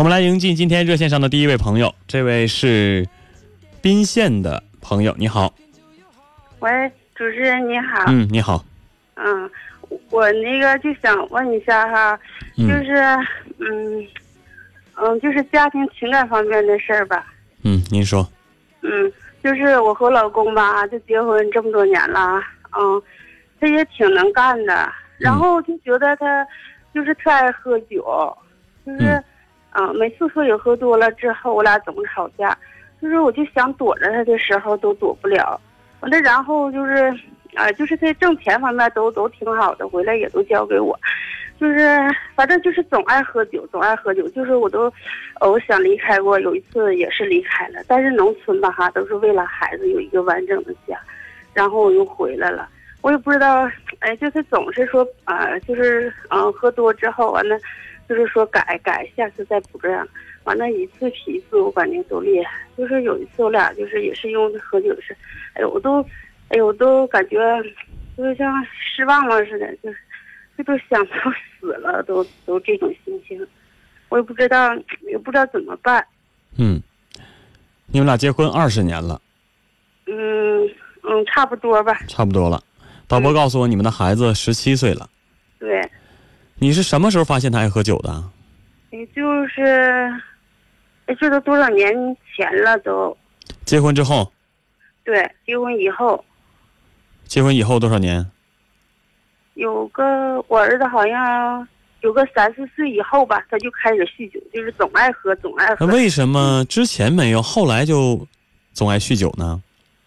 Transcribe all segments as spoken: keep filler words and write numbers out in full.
我们来迎进今天热线上的第一位朋友，这位是宾县的朋友，你好。 喂，主持人你好。 嗯，你好。 嗯，我那个就想问一下哈， 嗯、 就是嗯嗯，就是家庭情感方面的事儿吧。 嗯，您说。 嗯，就是我和老公吧，就结婚这么多年了，嗯，他也挺能干的，然后就觉得他就是特爱喝酒，就是。嗯嗯，每次喝酒喝多了之后，我俩总吵架，就是我就想躲着他的时候都躲不了，完了然后就是，啊、呃，就是在挣钱方面都都挺好的，回来也都交给我，就是反正就是总爱喝酒，总爱喝酒，就是我都，呃，我想离开过，有一次也是离开了，但是农村吧哈，都是为了孩子有一个完整的家，然后我又回来了，我也不知道，哎，就是总是说啊、呃，就是嗯、呃，喝多之后完了。就是说改改，下次再不这样。完了，一次比一次我感觉都厉害。就是有一次我俩就是也是用喝酒的事，哎呦我都，哎呦我都感觉，就是像失望了似的，就是这都想到死了，都都这种心情，我也不知道，也不知道怎么办。 嗯，你们俩结婚二十年了。 嗯嗯，差不多吧。 差不多了。导播告诉我，你们的孩子十七岁了。 对。 你是什么时候发现他爱喝酒的？ 也就是，哎，这都多少年前了都。 结婚之后？ 对，结婚以后。 结婚以后多少年？ 有个我儿子好像有个三四岁以后吧，他就开始酗酒，就是总爱喝，总爱喝。 那为什么之前没有，后来就总爱酗酒呢？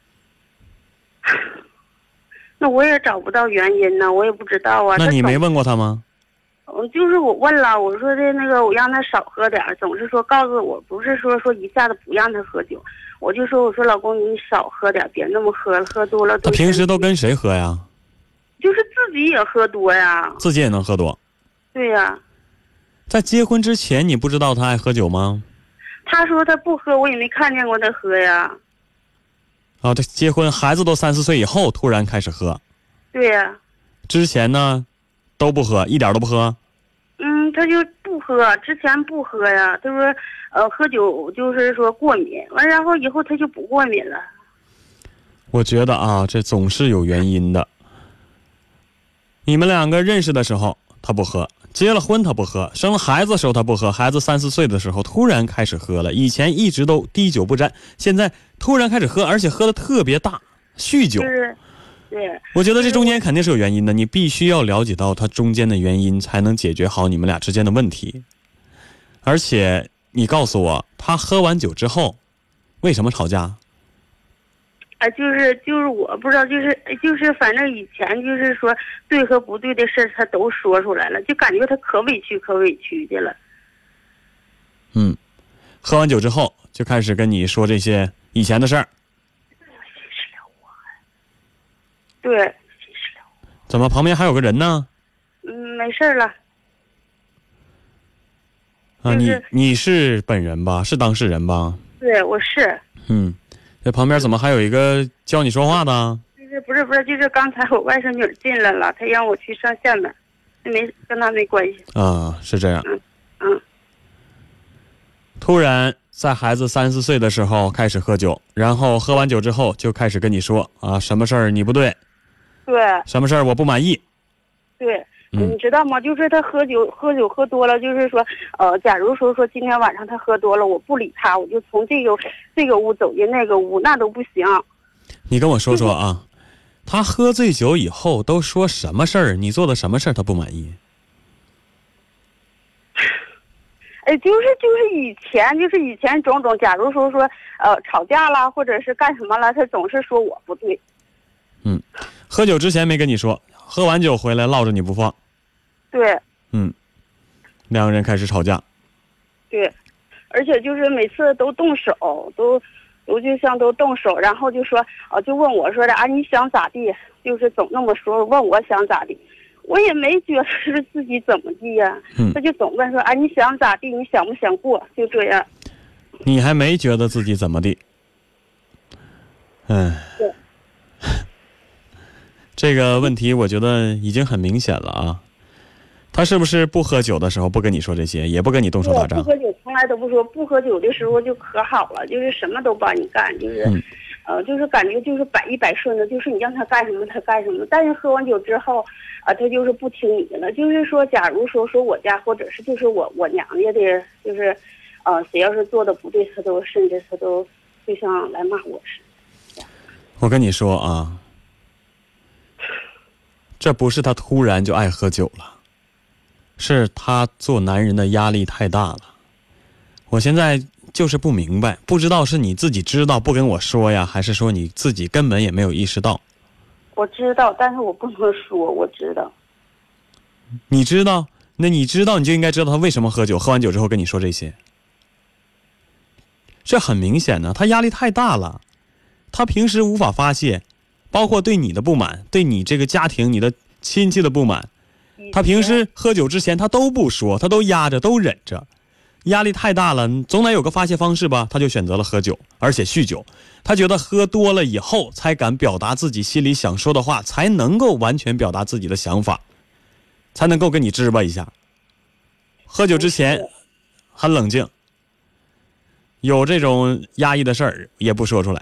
那我也找不到原因呢，我也不知道啊。 那你没问过他吗？ 嗯，就是我问了，我说的那个我让他少喝点，总是说告诉我，不是说说一下子不让他喝酒，我就说我说老公你少喝点，别那么喝了，喝多了都。 他平时都跟谁喝呀？ 就是自己也喝多呀。 自己也能喝多。 对呀。 在结婚之前你不知道他爱喝酒吗？ 他说他不喝，我也没看见过他喝呀。 啊，这结婚孩子都三四岁以后突然开始喝。 对呀。 之前呢都不喝，一点都不喝。 嗯，他就不喝，之前不喝呀。他说，呃，喝酒就是说过敏，完然后以后他就不过敏了。 我觉得啊，这总是有原因的。你们两个认识的时候他不喝，结了婚他不喝，生了孩子的时候他不喝，孩子三四岁的时候突然开始喝了，以前一直都滴酒不沾，现在突然开始喝，而且喝的特别大，酗酒。 是。对， 我觉得这中间肯定是有原因的，你必须要了解到它中间的原因，才能解决好你们俩之间的问题。而且你告诉我，他喝完酒之后为什么吵架？ 啊，就是就是我不知道，就是就是反正以前就是说对和不对的事他都说出来了，就感觉他可委屈可委屈的了。 嗯，喝完酒之后就开始跟你说这些以前的事儿。 对。 怎么旁边还有个人呢？ 嗯，没事了。 啊，你你是本人吧？是当事人吧？ 对，我是。 嗯，这旁边怎么还有一个教你说话的？ 就是不是不是，就是刚才我外甥女进来了，她让我去上下面，没跟她没关系。 啊，是这样。 嗯嗯。 突然在孩子三四岁的时候开始喝酒，然后喝完酒之后就开始跟你说啊，什么事儿你不对。 对。 什么事儿我不满意。 对。 嗯， 你知道吗？就是他喝酒，喝酒喝多了，就是说，呃，假如说说今天晚上他喝多了，我不理他，我就从这个这个屋走进那个屋，那都不行。 你跟我说说啊，他喝醉酒以后都说什么事儿？你做的什么事儿他不满意？ 哎，就是就是以前就是以前种种，假如说说呃吵架了，或者是干什么了，他总是说我不对。 嗯，喝酒之前没跟你说，喝完酒回来落着你不放。 对。 嗯，两个人开始吵架。 对，而且就是每次都动手，都都就像都动手，然后就说呃就问我说的啊你想咋地，就是总那么说，问我想咋地。我也没觉得是自己怎么地呀、啊， 嗯， 他就总问说啊你想咋地，你想不想过，就这样。 你还没觉得自己怎么地？嗯， 对， 这个问题我觉得已经很明显了啊。 他是不是不喝酒的时候不跟你说这些，也不跟你动手打仗？ 不喝酒从来都不说，不喝酒的时候就可好了，就是什么都帮你干，就是，嗯、呃，就是感觉就是百依百顺的，就是你让他干什么他干什么。但是喝完酒之后，啊、呃，他就是不听你的了。就是说，假如说说我家或者是就是我我娘家的，就是，呃，谁要是做的不对，他都甚至他都就像来骂我似的。 我跟你说啊，这不是他突然就爱喝酒了，是他做男人的压力太大了。我现在就是不明白，不知道是你自己知道不跟我说呀，还是说你自己根本也没有意识到。 我知道，但是我不能说，我知道。 你知道？那你知道你就应该知道他为什么喝酒，喝完酒之后跟你说这些。这很明显呢，他压力太大了，他平时无法发泄，包括对你的不满，对你这个家庭、你的亲戚的不满，他平时喝酒之前他都不说，他都压着，都忍着。压力太大了，总得有个发泄方式吧，他就选择了喝酒，而且酗酒。他觉得喝多了以后才敢表达自己心里想说的话，才能够完全表达自己的想法，才能够跟你支吧一下。喝酒之前很冷静，有这种压抑的事儿也不说出来。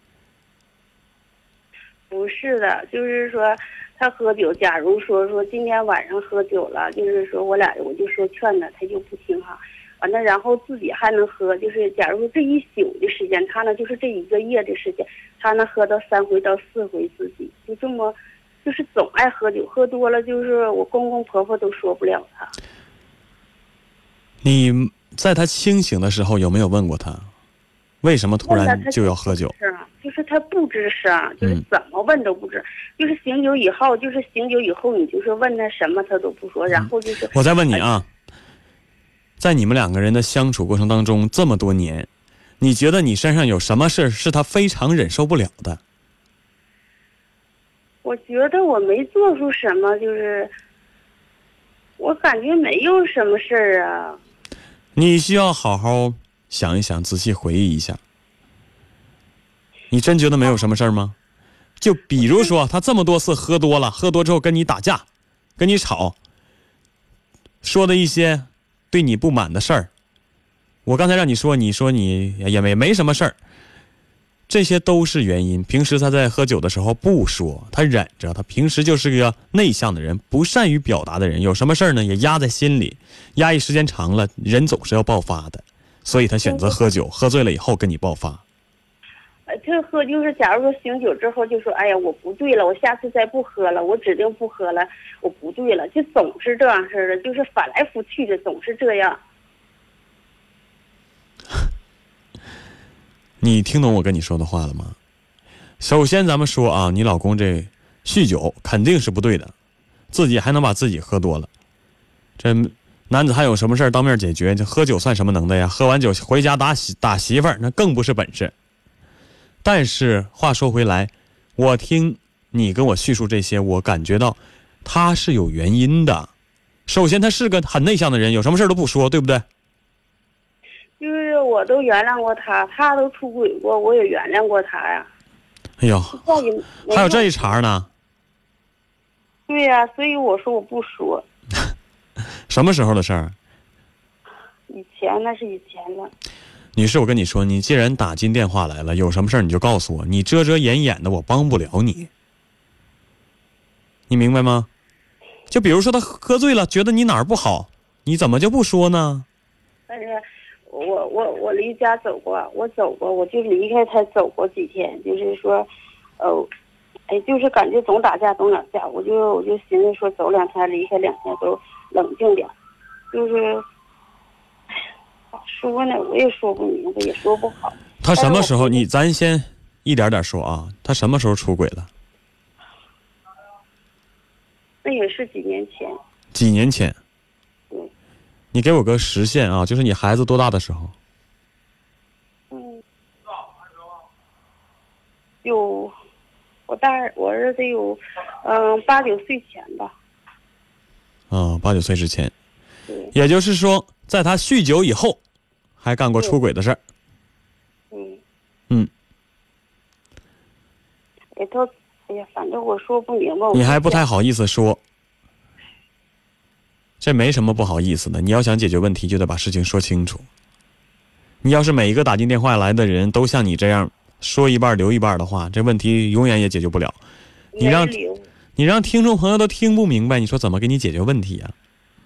不是的，就是说他喝酒，假如说说今天晚上喝酒了，就是说我俩我就说劝他，他就不听哈。完了，然后自己还能喝，就是假如说这一宿的时间，他呢就是这一个月的时间，他能喝到三回到四回，自己就这么，就是总爱喝酒，喝多了就是我公公婆婆都说不了他。 你在他清醒的时候有没有问过他，为什么突然就要喝酒？ 是啊，就是他不吱声，就是怎么问都不吱、嗯，就是醒酒以后，就是醒酒以后，你就是问他什么他都不说，然后就是、嗯、 我再问你啊。在你们两个人的相处过程当中这么多年，你觉得你身上有什么事是他非常忍受不了的？ 我觉得我没做出什么，就是我感觉没有什么事儿啊。 你需要好好想一想，仔细回忆一下。你真觉得没有什么事儿吗？就比如说他这么多次喝多了，喝多之后跟你打架，跟你吵，说的一些对你不满的事儿，我刚才让你说，你说你也没没什么事儿，这些都是原因。平时他在喝酒的时候不说，他忍着，他平时就是个内向的人，不善于表达的人，有什么事儿呢也压在心里，压抑时间长了，人总是要爆发的，所以他选择喝酒，喝醉了以后跟你爆发。 这喝就是，假如说醒酒之后就说，哎呀，我不对了，我下次再不喝了，我指定不喝了，我不对了，就总是这样似的，就是翻来覆去的，总是这样。 你听懂我跟你说的话了吗？首先咱们说啊，你老公这酗酒肯定是不对的，自己还能把自己喝多了，这男子还有什么事儿当面解决？这喝酒算什么能耐呀？喝完酒回家打媳打媳妇儿，那更不是本事。但是话说回来，我听你跟我叙述这些，我感觉到他是有原因的。首先他是个很内向的人，有什么事都不说，对不对？ 就是我都原谅过他，他都出轨过，我也原谅过他呀。 哎呦，还有这一茬呢。 对呀、啊，所以我说我不说。 什么时候的事儿？ 以前那是以前了。 女士，我跟你说，你既然打进电话来了，有什么事儿你就告诉我，你遮遮掩掩的我帮不了你，你明白吗？就比如说他喝醉了，觉得你哪儿不好，你怎么就不说呢？ 但是我我我离家走过，我走过，我就离开他走过几天，就是说，呃，哎，就是感觉总打架总打架，我就我就寻思说走两天离开两天都冷静点，就是。说呢，我也说不明白，也说不好。 他什么时候？你咱先一点点说啊。他什么时候出轨了？ 那也是几年前。 几年前。 对。 你给我个时限啊，就是你孩子多大的时候？ 嗯。有，我大我儿子有，嗯，八九岁前吧。 啊，八九岁之前。 对。 也就是说，在他酗酒以后。还干过出轨的事儿， 嗯， 嗯， 也都，哎呀，反正我说不明白。 你还不太好意思说， 这没什么不好意思的。你要想解决问题，就得把事情说清楚。你要是每一个打进电话来的人都像你这样说一半留一半的话，这问题永远也解决不了。你让你让听众朋友都听不明白，你说怎么给你解决问题啊？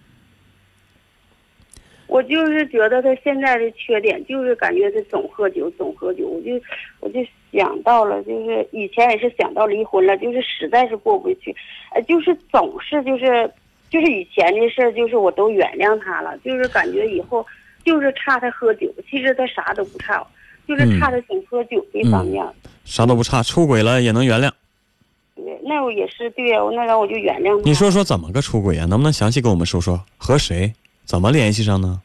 我就是觉得他现在的缺点就是感觉他总喝酒，总喝酒，我就我就想到了，就是以前也是想到离婚了，就是实在是过不去，呃，就是总是就是就是以前的事，就是我都原谅他了，就是感觉以后就是差他喝酒，其实他啥都不差，就是差他总喝酒这方面、嗯嗯，啥都不差，出轨了也能原谅。 对，那我也是对啊，那然后我就原谅他。 你说说怎么个出轨啊？能不能详细跟我们说说和谁？怎么联系上呢？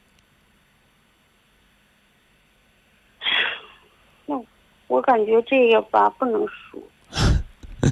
那我感觉这个吧不能说。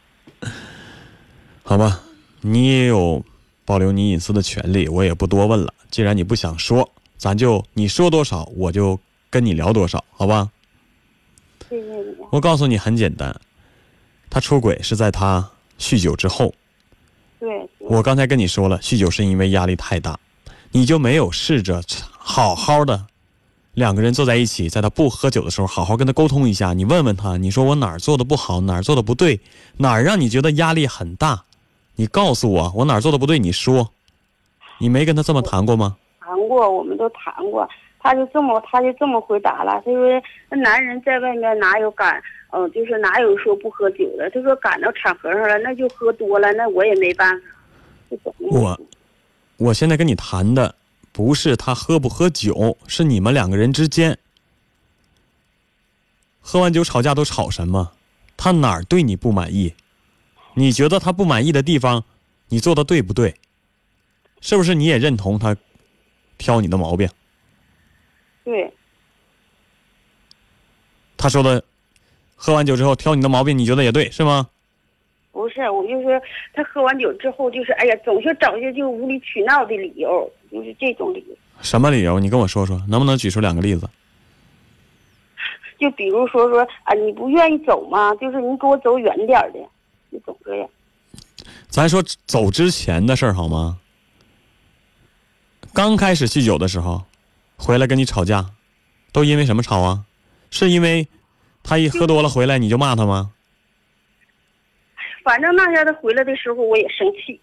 好吧，你也有保留你隐私的权利，我也不多问了。既然你不想说，咱就你说多少我就跟你聊多少，好吧？ 谢谢你。 我告诉你很简单，他出轨是在他酗酒之后。 对。 我刚才跟你说了，酗酒是因为压力太大。你就没有试着好好的两个人坐在一起，在他不喝酒的时候好好跟他沟通一下，你问问他，你说我哪儿做的不好，哪儿做的不对，哪儿让你觉得压力很大，你告诉我我哪儿做的不对，你说。你没跟他这么谈过吗？ 谈过，我们都谈过，他就这么他就这么回答了，他说那男人在外面哪有敢嗯、呃，就是哪有说不喝酒的，他说赶到场合上了那就喝多了，那我也没办法。 我我现在跟你谈的不是他喝不喝酒，是你们两个人之间喝完酒吵架都吵什么？他哪儿对你不满意？你觉得他不满意的地方你做的对不对？是不是你也认同他挑你的毛病？ 对。 他说的喝完酒之后挑你的毛病，你觉得也对是吗？ 不是，我就说他喝完酒之后，就是哎呀，总是找些就无理取闹的理由，就是这种理由。 什么理由？你跟我说说，能不能举出两个例子？ 就比如说说啊，你不愿意走吗？就是你给我走远点的，你总这样。 咱说走之前的事儿好吗？刚开始酗酒的时候，回来跟你吵架，都因为什么吵啊？是因为他一喝多了回来你就骂他吗？ 反正那天他回来的时候我也生气。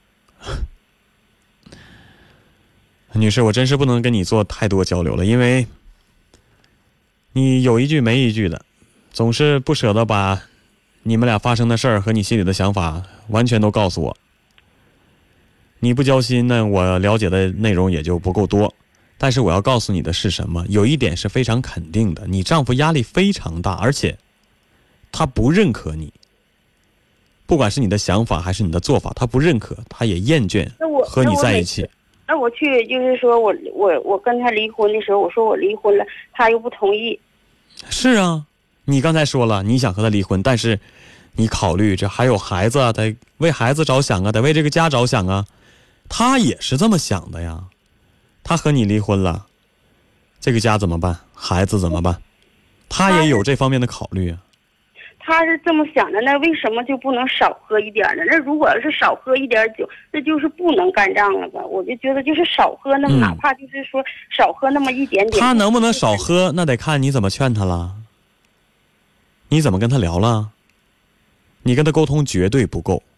女士，我真是不能跟你做太多交流了，因为你有一句没一句的，总是不舍得把你们俩发生的事儿和你心里的想法完全都告诉我。你不交心呢，我了解的内容也就不够多。但是我要告诉你的是什么？有一点是非常肯定的，你丈夫压力非常大，而且他不认可你。不管是你的想法还是你的做法，他不认可，他也厌倦和你在一起。 那我去就是说我我我跟他离婚的时候，我说我离婚了，他又不同意。 是啊，你刚才说了你想和他离婚，但是你考虑这还有孩子啊，得为孩子着想啊，得为这个家着想啊。他也是这么想的呀。他和你离婚了，这个家怎么办？孩子怎么办？他也有这方面的考虑啊。 他是这么想的，那为什么就不能少喝一点呢？那如果要是少喝一点酒，那就是不能干仗了吧？我就觉得就是少喝，那哪怕就是说少喝那么一点点。 他能不能少喝，那得看你怎么劝他了。你怎么跟他聊了？你跟他沟通绝对不够。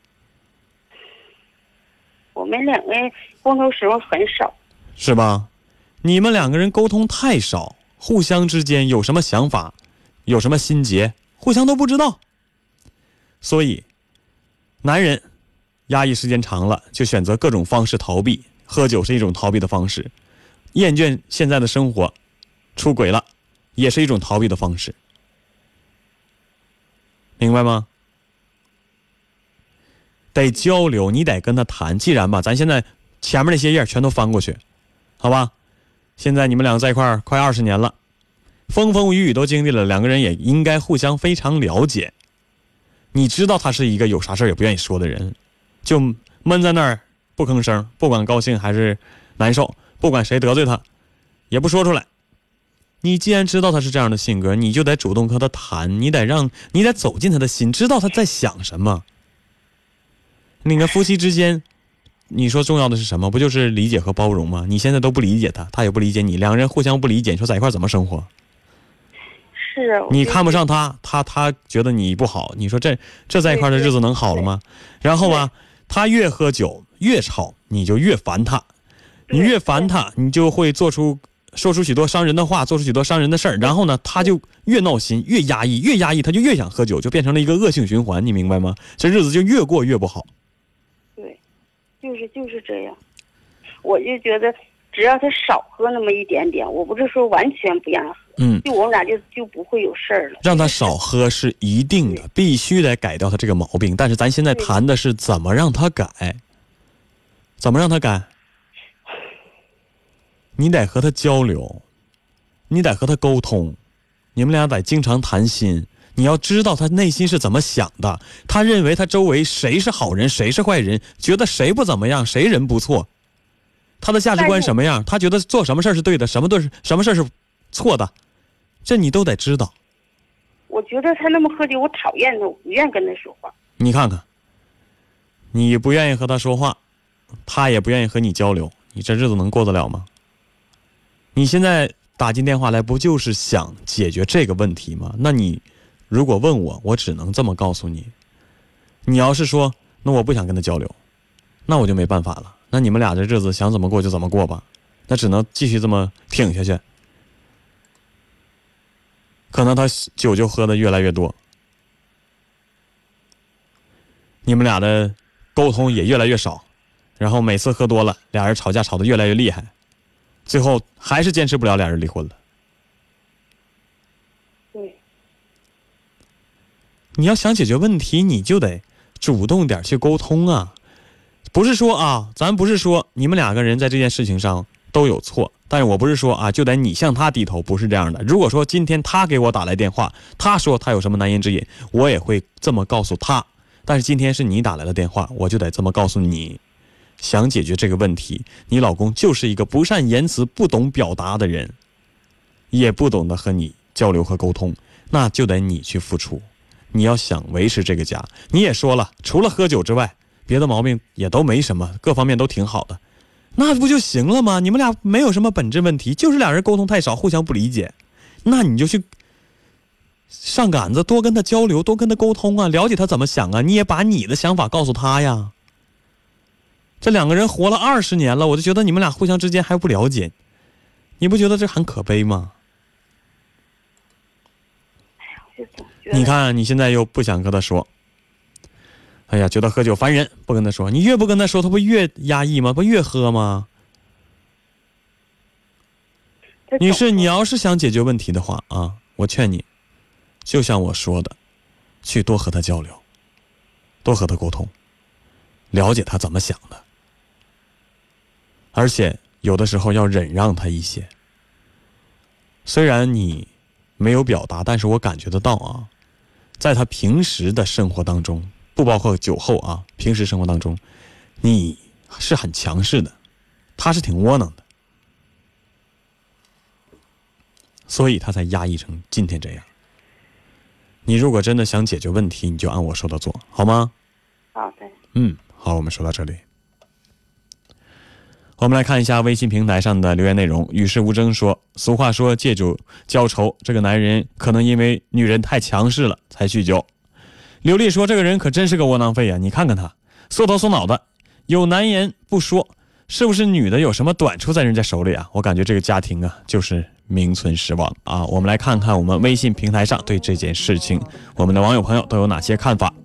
我们两个沟通时候很少， 是吧？你们两个人沟通太少，互相之间有什么想法，有什么心结，互相都不知道。所以男人压抑时间长了，就选择各种方式逃避，喝酒是一种逃避的方式，厌倦现在的生活，出轨了也是一种逃避的方式，明白吗？得交流，你得跟他谈。既然吧，咱现在前面那些页全都翻过去，好吧？现在你们两个在一块儿快二十年了，风风雨雨都经历了，两个人也应该互相非常了解。你知道他是一个有啥事也不愿意说的人，就闷在那儿不吭声，不管高兴还是难受，不管谁得罪他也不说出来。你既然知道他是这样的性格，你就得主动和他谈，你得让你得走进他的心，知道他在想什么。那个夫妻之间你说重要的是什么？不就是理解和包容吗？你现在都不理解他，他也不理解你，两个人互相不理解，你说在一块怎么生活？ 是啊， 你看不上他，他他觉得你不好，你说这这在一块的日子能好了吗？然后啊，他越喝酒越吵，你就越烦他，你越烦他，你就会做出说出许多伤人的话，做出许多伤人的事儿，然后呢，他就越闹心，越压抑，越压抑，他就越想喝酒，就变成了一个恶性循环，你明白吗？这日子就越过越不好。 对，就是就是这样，我就觉得只要他少喝那么一点点，我不是说完全不让他喝， 嗯， 就我们俩就就不会有事儿了。 让他少喝是一定的，必须得改掉他这个毛病。但是咱现在谈的是怎么让他改，怎么让他改？你得和他交流，你得和他沟通，你们俩得经常谈心。你要知道他内心是怎么想的，他认为他周围谁是好人，谁是坏人，觉得谁不怎么样，谁人不错。他的价值观什么样？他觉得做什么事是对的，什么对什么事是错的，这你都得知道。 我觉得他那么喝酒，我讨厌他，我不愿跟他说话。 你看看，你不愿意和他说话，他也不愿意和你交流，你这日子能过得了吗？你现在打进电话来，不就是想解决这个问题吗？那你如果问我，我只能这么告诉你。你要是说那我不想跟他交流，那我就没办法了。那你们俩这日子想怎么过就怎么过吧，那只能继续这么挺下去。可能他酒就喝得越来越多，你们俩的沟通也越来越少，然后每次喝多了，俩人吵架吵得越来越厉害，最后还是坚持不了，俩人离婚了。 对， 你要想解决问题，你就得主动点去沟通啊。不是说啊，咱不是说你们两个人在这件事情上都有错，但是我不是说啊，就得你向他低头，不是这样的。如果说今天他给我打来电话，他说他有什么难言之隐，我也会这么告诉他。但是今天是你打来的电话，我就得这么告诉你。想解决这个问题，你老公就是一个不善言辞、不懂表达的人，也不懂得和你交流和沟通，那就得你去付出。你要想维持这个家，你也说了，除了喝酒之外，别的毛病也都没什么，各方面都挺好的，那不就行了吗？你们俩没有什么本质问题，就是俩人沟通太少，互相不理解，那你就去上杆子，多跟他交流，多跟他沟通啊，了解他怎么想啊，你也把你的想法告诉他呀。这两个人活了二十年了，我就觉得你们俩互相之间还不了解，你不觉得这很可悲吗？你看你现在又不想跟他说，哎呀，觉得喝酒烦人，不跟他说，你越不跟他说，他不越压抑吗？不越喝吗？女士，你要是想解决问题的话啊，我劝你就像我说的，去多和他交流，多和他沟通，了解他怎么想的，而且有的时候要忍让他一些。虽然你没有表达，但是我感觉得到啊，在他平时的生活当中，不包括酒后啊，平时生活当中，你是很强势的，他是挺窝囊的，所以他才压抑成今天这样。你如果真的想解决问题，你就按我说的做，好吗？ 好的。 嗯，好，我们说到这里。我们来看一下微信平台上的留言内容。与世无争说，俗话说借酒浇愁，这个男人可能因为女人太强势了才酗酒。刘丽说，这个人可真是个窝囊废啊，你看看他缩头缩脑的，有难言不说，是不是女的有什么短处在人家手里啊？我感觉这个家庭啊就是名存实亡啊。我们来看看我们微信平台上对这件事情我们的网友朋友都有哪些看法。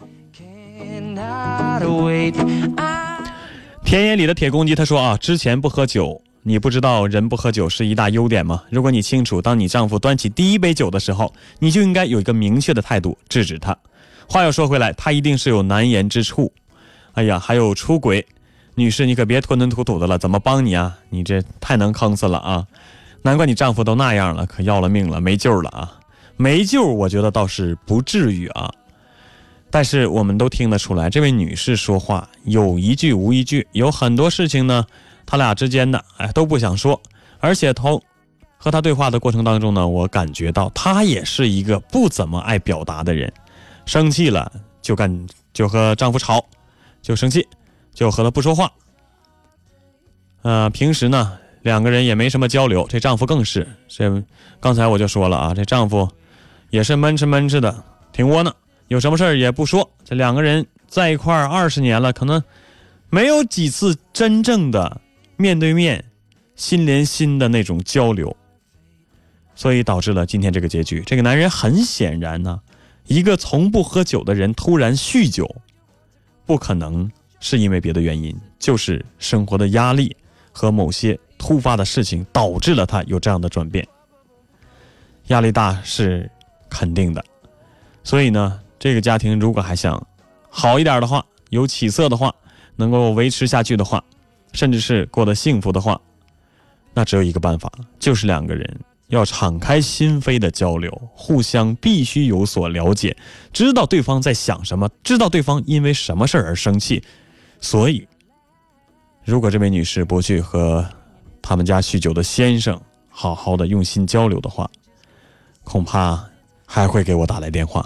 田野里的铁公鸡他说啊，之前不喝酒，你不知道人不喝酒是一大优点吗？如果你清楚，当你丈夫端起第一杯酒的时候，你就应该有一个明确的态度制止他。话又说回来，他一定是有难言之处。哎呀，还有出轨，女士你可别吞吞吐吐的了，怎么帮你啊？你这太能坑死了啊！难怪你丈夫都那样了，可要了命了，没救了啊！没救我觉得倒是不至于啊，但是我们都听得出来，这位女士说话有一句无一句，有很多事情呢他俩之间的哎都不想说，而且同和他对话的过程当中呢，我感觉到他也是一个不怎么爱表达的人，生气了就干就和丈夫吵，就生气就和他不说话。呃，平时呢两个人也没什么交流，这丈夫更是，这刚才我就说了啊，这丈夫也是闷吃闷吃的，挺窝囊，有什么事儿也不说。这两个人在一块儿二十年了，可能没有几次真正的面对面、心连心的那种交流，所以导致了今天这个结局。这个男人很显然呢，一个从不喝酒的人突然酗酒，不可能是因为别的原因，就是生活的压力和某些突发的事情导致了他有这样的转变。压力大是肯定的，所以呢，这个家庭如果还想好一点的话，有起色的话，能够维持下去的话，甚至是过得幸福的话，那只有一个办法，就是两个人要敞开心扉的交流，互相必须有所了解，知道对方在想什么，知道对方因为什么事而生气。所以如果这位女士不去和他们家酗酒的先生好好的用心交流的话，恐怕还会给我打来电话。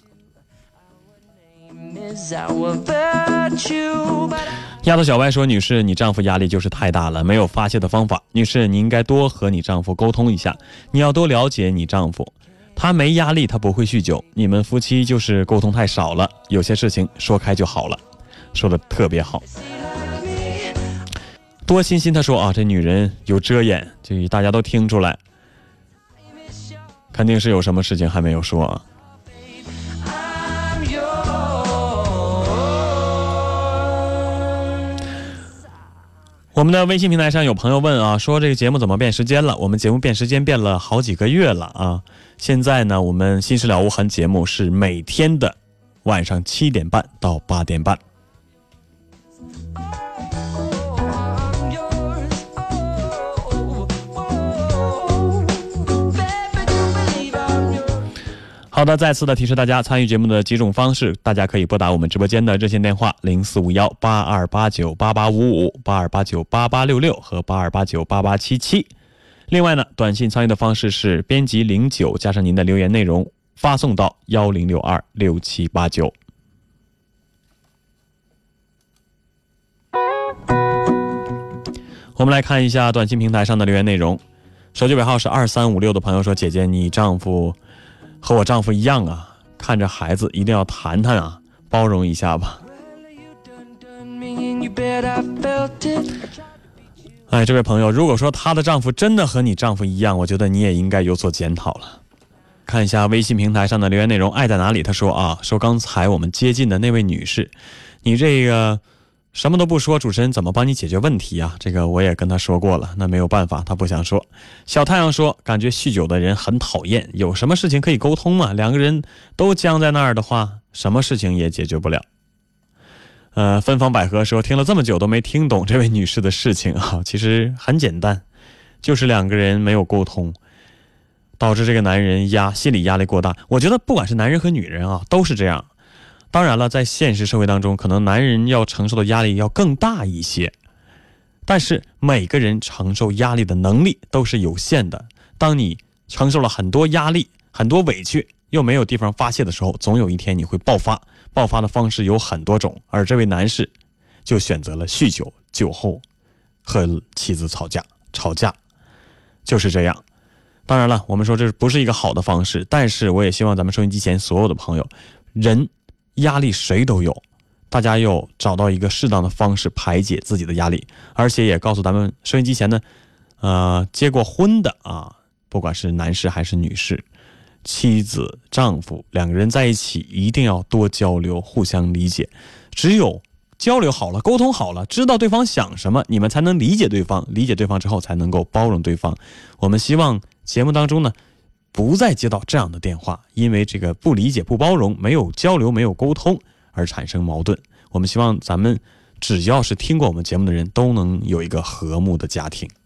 丫头小歪说，女士，你丈夫压力就是太大了，没有发泄的方法。女士，你应该多和你丈夫沟通一下，你要多了解你丈夫，他没压力，他不会酗酒，你们夫妻就是沟通太少了，有些事情说开就好了。说的特别好。多欣欣他说啊，这女人有遮掩，这大家都听出来，肯定是有什么事情还没有说啊。我们的微信平台上有朋友问啊，说这个节目怎么变时间了？我们节目变时间变了好几个月了啊。现在呢，我们新事了无痕节目是每天的晚上七点半到八点半。好的，再次的提示大家参与节目的几种方式，大家可以拨打我们直播间的热线电话零四五幺八二八九八八五五、八二八九八八六六和八二八九八八七七。另外呢，短信参与的方式是编辑零九加上您的留言内容，发送到幺零六二六七八九。我们来看一下短信平台上的留言内容。手机尾号是二三五六的朋友说，姐姐，你丈夫和我丈夫一样啊，看着孩子一定要谈谈啊，包容一下吧。哎，这位朋友，如果说她的丈夫真的和你丈夫一样，我觉得你也应该有所检讨了。看一下微信平台上的留言内容，爱在哪里？他说啊，说刚才我们接近的那位女士，你这个什么都不说，主持人怎么帮你解决问题啊？这个我也跟他说过了，那没有办法，他不想说。小太阳说，感觉酗酒的人很讨厌，有什么事情可以沟通吗？两个人都僵在那儿的话，什么事情也解决不了。呃，芬芳百合说，听了这么久都没听懂这位女士的事情啊，其实很简单，就是两个人没有沟通，导致这个男人压心理压力过大。我觉得不管是男人和女人啊，都是这样。当然了，在现实社会当中，可能男人要承受的压力要更大一些，但是每个人承受压力的能力都是有限的。当你承受了很多压力、很多委屈，又没有地方发泄的时候，总有一天你会爆发。爆发的方式有很多种，而这位男士就选择了酗酒，酒后和妻子吵架，吵架就是这样。当然了，我们说这不是一个好的方式，但是我也希望咱们收音机前所有的朋友，人压力谁都有，大家要找到一个适当的方式排解自己的压力，而且也告诉咱们收音机前的呃，结过婚的啊，不管是男士还是女士，妻子丈夫两个人在一起一定要多交流，互相理解，只有交流好了，沟通好了，知道对方想什么，你们才能理解对方，理解对方之后才能够包容对方。我们希望节目当中呢不再接到这样的电话，因为这个不理解不包容，没有交流没有沟通而产生矛盾。我们希望咱们只要是听过我们节目的人都能有一个和睦的家庭。